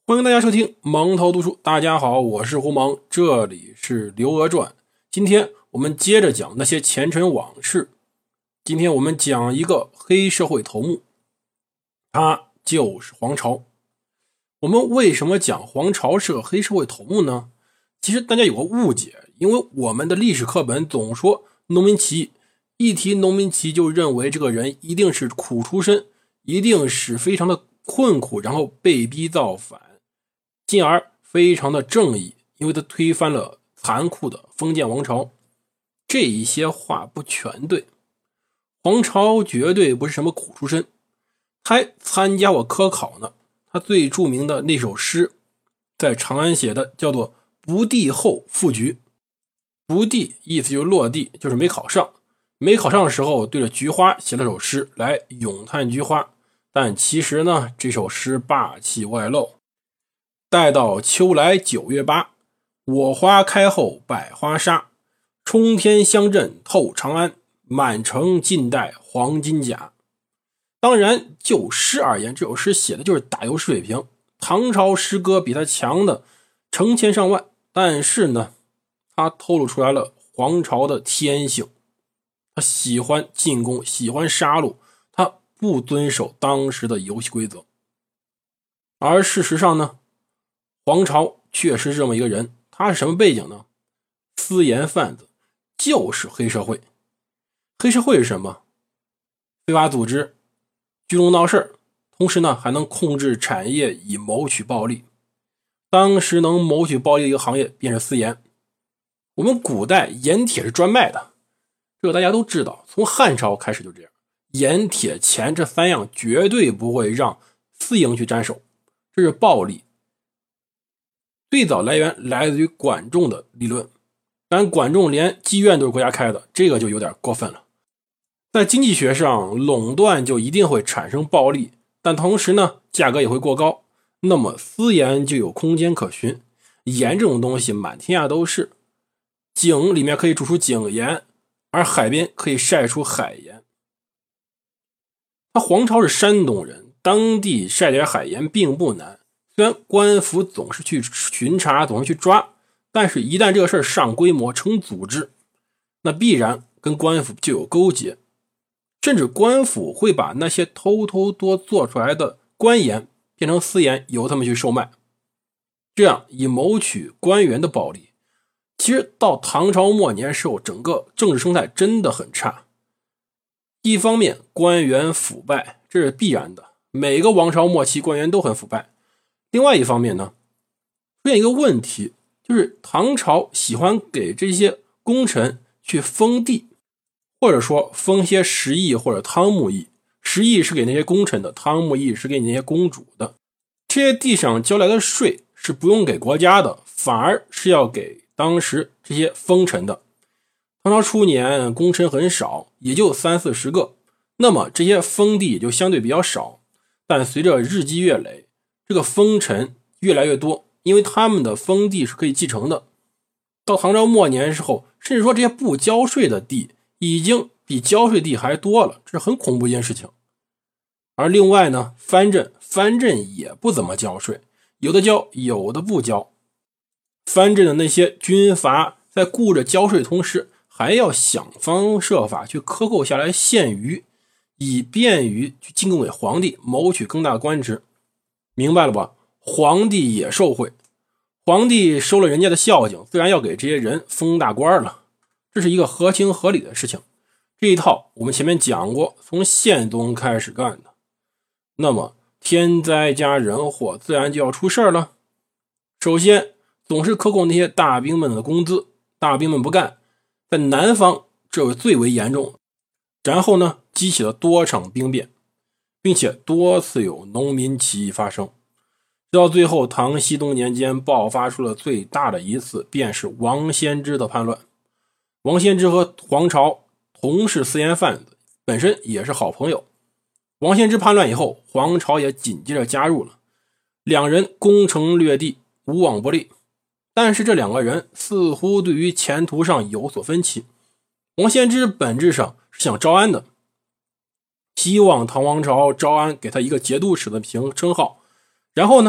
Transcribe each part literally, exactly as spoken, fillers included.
欢迎大家收听蒙头读书。大家好，我是胡蒙，这里是刘娥传。今天我们接着讲那些前尘往事。今天我们讲一个黑社会头目，他就是黄巢。我们为什么讲黄巢是个黑社会头目呢？其实大家有个误解，因为我们的历史课本总说农民起义，一提农民起义就认为这个人一定是苦出身，一定是非常的困苦，然后被逼造反，进而非常的正义，因为他推翻了残酷的封建王朝。这一些话不全对，黄巢绝对不是什么苦出身，他还参加过科考呢。他最著名的那首诗在长安写的，叫做不第后赴局。不第意思就是落地，就是没考上。没考上的时候对着菊花写了首诗来咏叹菊花，但其实呢，这首诗霸气外露。待到秋来九月八，我花开后百花杀，冲天香阵透长安，满城尽带黄金甲。当然就诗而言，这首诗写的就是打油诗水平，唐朝诗歌比他强的成千上万，但是呢，他透露出来了黄巢的天性，他喜欢进攻，喜欢杀戮，他不遵守当时的游戏规则。而事实上呢，黄巢确实是这么一个人，他是什么背景呢？私盐贩子，就是黑社会。黑社会是什么？非法组织，聚众闹事，同时呢还能控制产业以谋取暴利。当时能谋取暴利的一个行业便是私盐。我们古代盐铁是专卖的，这个大家都知道，从汉朝开始就这样，盐铁钱这三样绝对不会让私营去沾手，这是暴利。最早来源来自于管仲的理论，但管仲连妓院都是国家开的，这个就有点过分了。在经济学上，垄断就一定会产生暴利，但同时呢，价格也会过高，那么私盐就有空间可循。盐这种东西满天下都是，井里面可以煮出井盐，而海边可以晒出海盐。他黄巢是山东人，当地晒点海盐并不难，虽然官府总是去巡查，总是去抓，但是一旦这个事儿上规模成组织，那必然跟官府就有勾结，甚至官府会把那些偷偷多做出来的官盐变成私盐，由他们去售卖，这样以谋取官员的暴利。其实到唐朝末年时候，整个政治生态真的很差。一方面官员腐败，这是必然的，每个王朝末期官员都很腐败。另外一方面呢，出现一个问题，就是唐朝喜欢给这些功臣去封地，或者说封些食邑或者汤沐邑。食邑是给那些功臣的，汤沐邑是给那些公主的。这些地上交来的税是不用给国家的，反而是要给当时这些封臣的。唐朝初年功臣很少，也就三四十个，那么这些封地也就相对比较少。但随着日积月累，这个封臣越来越多，因为他们的封地是可以继承的。到唐朝末年的时候，甚至说这些不交税的地已经比交税地还多了，这是很恐怖一件事情。而另外呢，藩镇藩镇也不怎么交税，有的交，有的不交。藩镇的那些军阀在顾着交税同时，还要想方设法去克扣下来现余，以便于去进贡给皇帝，谋取更大的官职。明白了吧？皇帝也受贿，皇帝收了人家的孝敬，自然要给这些人封大官了，这是一个合情合理的事情。这一套我们前面讲过，从宪宗开始干的。那么天灾加人祸，自然就要出事了。首先总是克扣那些大兵们的工资，大兵们不干，在南方这是最为严重。然后呢，激起了多场兵变，并且多次有农民起义发生。直到最后唐僖宗年间爆发出了最大的一次，便是王仙芝的叛乱。王仙芝和黄巢同是私盐贩子，本身也是好朋友。王仙芝叛乱以后，黄巢也紧接着加入了，两人攻城略地，无往不利。但是这两个人似乎对于前途上有所分歧。王仙芝本质上是想招安的，希望唐王朝招安给他一个节度使的评称号，然后呢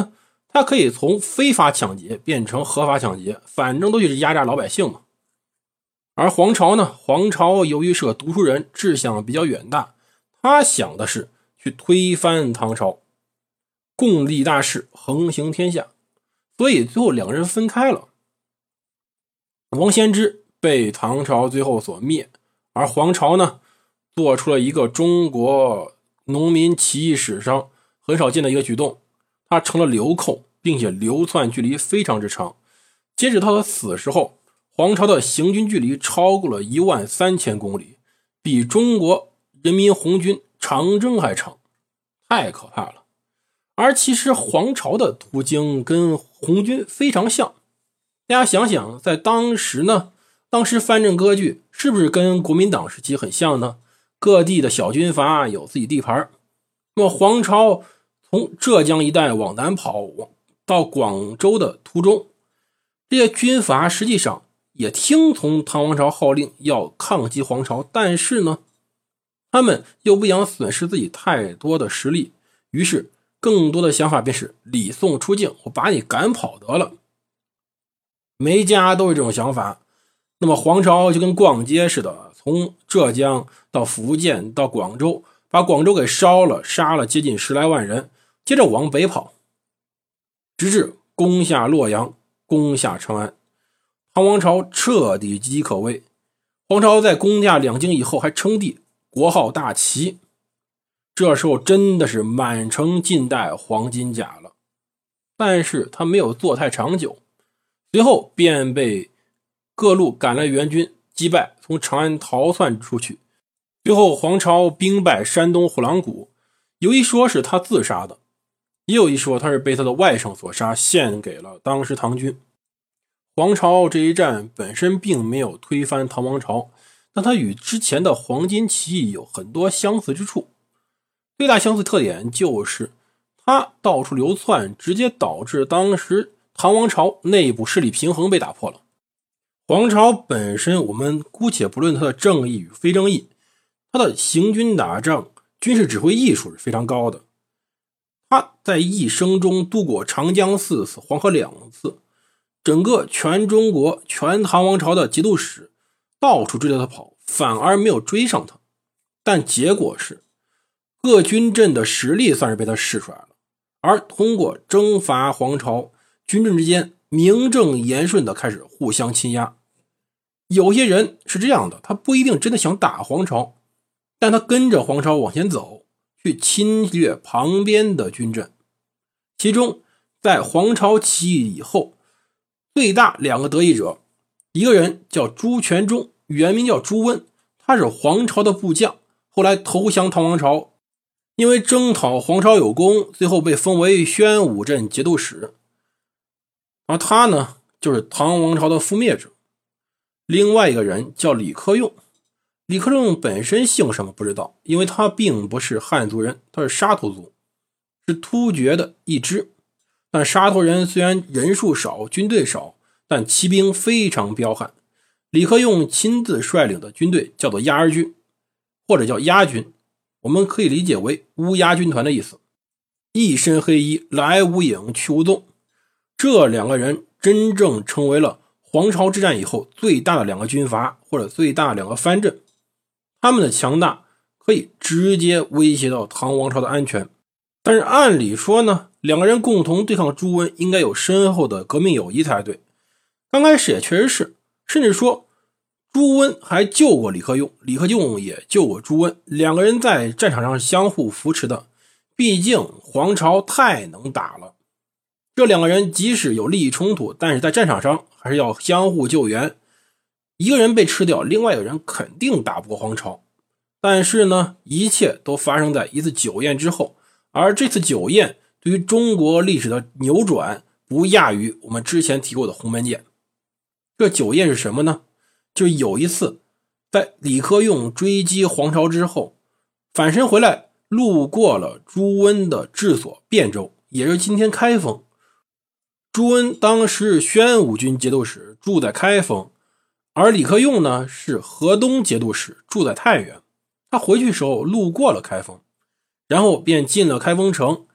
他可以从非法抢劫变成合法抢劫，反正都是压榨老百姓嘛。而黄巢呢，黄巢由于是个读书人，志向比较远大，他想的是去推翻唐朝，共立大事，横行天下，所以最后两个人分开了。王献之被唐朝最后所灭，而黄巢呢，做出了一个中国农民起义史上很少见的一个举动，他成了流寇，并且流窜距离非常之长。截止到他死时候，黄巢的行军距离超过了一万三千公里，比中国人民红军长征还长，太可怕了。而其实黄巢的途径跟红军非常像，大家想想，在当时呢，当时藩镇割据是不是跟国民党时期很像呢？各地的小军阀有自己地盘，那么黄巢从浙江一带往南跑到广州的途中，这些军阀实际上也听从唐王朝号令要抗击黄巢，但是呢，他们又不想损失自己太多的实力，于是更多的想法便是李宋出境，我把你赶跑得了。每家都是这种想法。那么黄巢就跟逛街似的，从浙江到福建到广州，把广州给烧了，杀了接近十来万人，接着往北跑，直至攻下洛阳，攻下长安。唐王朝彻底岌岌可危。黄巢在攻下两京以后还称帝，国号大齐，这时候真的是满城尽带黄金甲了。但是他没有做太长久，随后便被各路赶来援军击败，从长安逃窜出去。最后黄巢兵败山东虎狼谷，有一说是他自杀的，也有一说他是被他的外甥所杀，献给了当时唐军。黄巢这一战本身并没有推翻唐王朝，但它与之前的黄巾起义有很多相似之处。最大相似特点就是它到处流窜，直接导致当时唐王朝内部势力平衡被打破了。黄巢本身我们姑且不论它的正义与非正义，它的行军打仗军事指挥艺术是非常高的。他在一生中渡过长江四次，黄河两次，整个全中国全唐王朝的节度使到处追着他跑，反而没有追上他。但结果是各军阵的实力算是被他试出来了，而通过征伐黄巢，军阵之间名正言顺的开始互相侵压。有些人是这样的，他不一定真的想打黄巢，但他跟着黄巢往前走，去侵略旁边的军阵。其中在黄巢起义以后，最大两个得益者，一个人叫朱全忠，原名叫朱温，他是黄巢的部将，后来投降唐王朝，因为征讨黄巢有功，最后被封为宣武镇节度使。而他呢，就是唐王朝的覆灭者。另外一个人叫李克用，李克用本身姓什么不知道，因为他并不是汉族人，他是沙头族，是突厥的一支。但沙头人虽然人数少，军队少，但骑兵非常彪悍。李克用亲自率领的军队叫做鸭儿军，或者叫鸭军，我们可以理解为乌鸦军团的意思。一身黑衣，来无影去无踪。这两个人真正成为了黄巢之战以后最大的两个军阀，或者最大的两个藩镇。他们的强大可以直接威胁到唐王朝的安全。但是按理说呢，两个人共同对抗朱温应该有深厚的革命友谊才对。刚开始也确实是，甚至说朱温还救过李克用，李克用也救过朱温，两个人在战场上相互扶持的。毕竟黄巢太能打了，这两个人即使有利益冲突，但是在战场上还是要相互救援。一个人被吃掉，另外一个人肯定打不过黄巢。但是呢，一切都发生在一次酒宴之后，而这次酒宴对于中国历史的扭转不亚于我们之前提过的鸿门宴。这酒宴是什么呢？就是有一次在李克用追击黄巢之后，返身回来路过了朱温的治所汴州，也是今天开封。朱温当时宣武军节度使，住在开封，而李克用呢是河东节度使，住在太原。他回去时候路过了开封，然后便进了开封城，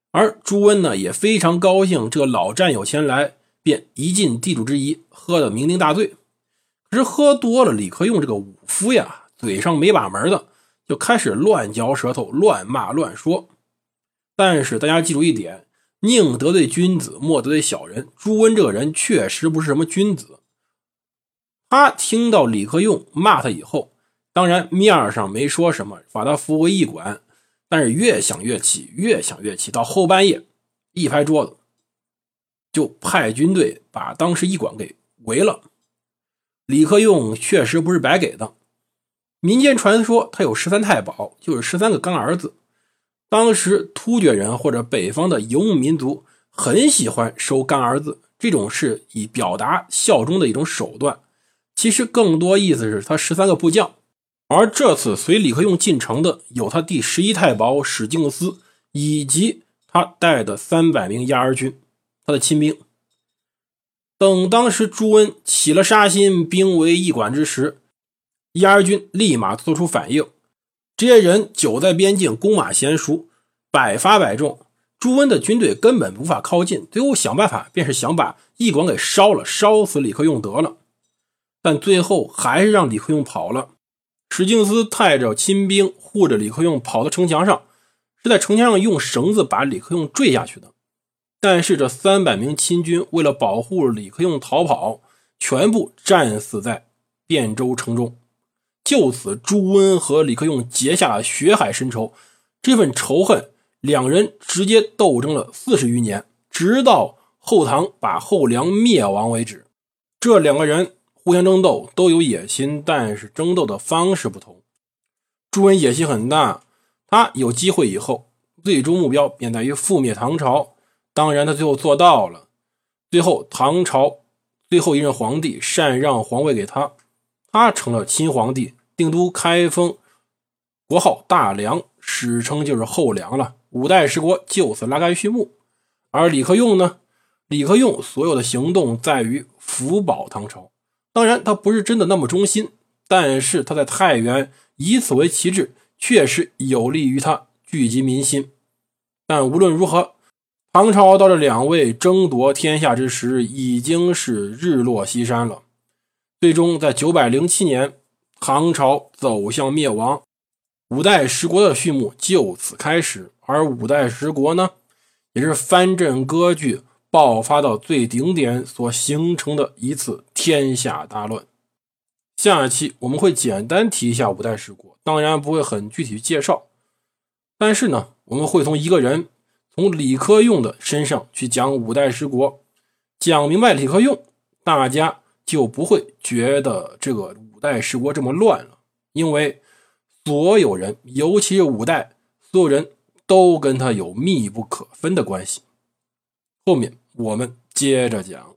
而朱温呢也非常高兴这个老战友前来，便一尽地主之谊，喝得酩酊大醉。可是喝多了，李克用这个武夫呀，嘴上没把门的，就开始乱嚼舌头，乱骂乱说。但是大家记住一点，宁得罪君子，莫得罪小人。朱温这个人确实不是什么君子。他听到李克用骂他以后，当然面上没说什么，把他扶为驿馆，但是越想越气，越想越气，到后半夜一拍桌子，就派军队把当时驿馆给围了。李克用确实不是白给的，民间传说他有十三太保，就是十三个干儿子。当时突厥人或者北方的游牧民族很喜欢收干儿子，这种是以表达效忠的一种手段，其实更多意思是他十三个部将。而这次随李克用进城的有他第十一太保史敬思，以及他带的三百名亚儿军，他的亲兵。等当时朱温起了杀心，兵围驿馆之时，亚儿军立马做出反应。这些人久在边境，弓马娴熟，百发百中，朱温的军队根本无法靠近。最后想办法便是想把驿馆给烧了，烧死李克用得了。但最后还是让李克用跑了。史敬思带着亲兵护着李克用跑到城墙上，是在城墙上用绳子把李克用坠下去的。但是这三百名亲军为了保护李克用逃跑，全部战死在汴州城中。就此朱温和李克用结下了血海深仇，这份仇恨两人直接斗争了四十余年，直到后唐把后梁灭亡为止。这两个人互相争斗，都有野心，但是争斗的方式不同。朱温野心很大，他有机会以后最终目标便在于覆灭唐朝，当然他最后做到了。最后唐朝最后一任皇帝禅让皇位给他，他成了亲皇帝，定都开封，国号大梁，史称就是后梁了。五代十国就此拉开序幕。而李克用呢，李克用所有的行动在于辅保唐朝，当然他不是真的那么忠心，但是他在太原以此为旗帜，确实有利于他聚集民心。但无论如何，唐朝到这两位争夺天下之时已经是日落西山了。最终在九百零七年，唐朝走向灭亡，五代十国的序幕就此开始。而五代十国呢，也是藩镇割据爆发到最顶点所形成的一次天下大乱。下期我们会简单提一下五代十国，当然不会很具体介绍，但是呢，我们会从一个人，从李克用的身上去讲五代十国，讲明白李克用，大家就不会觉得这个五代十国这么乱了。因为所有人，尤其是五代，所有人都跟他有密不可分的关系。后面我们接着讲。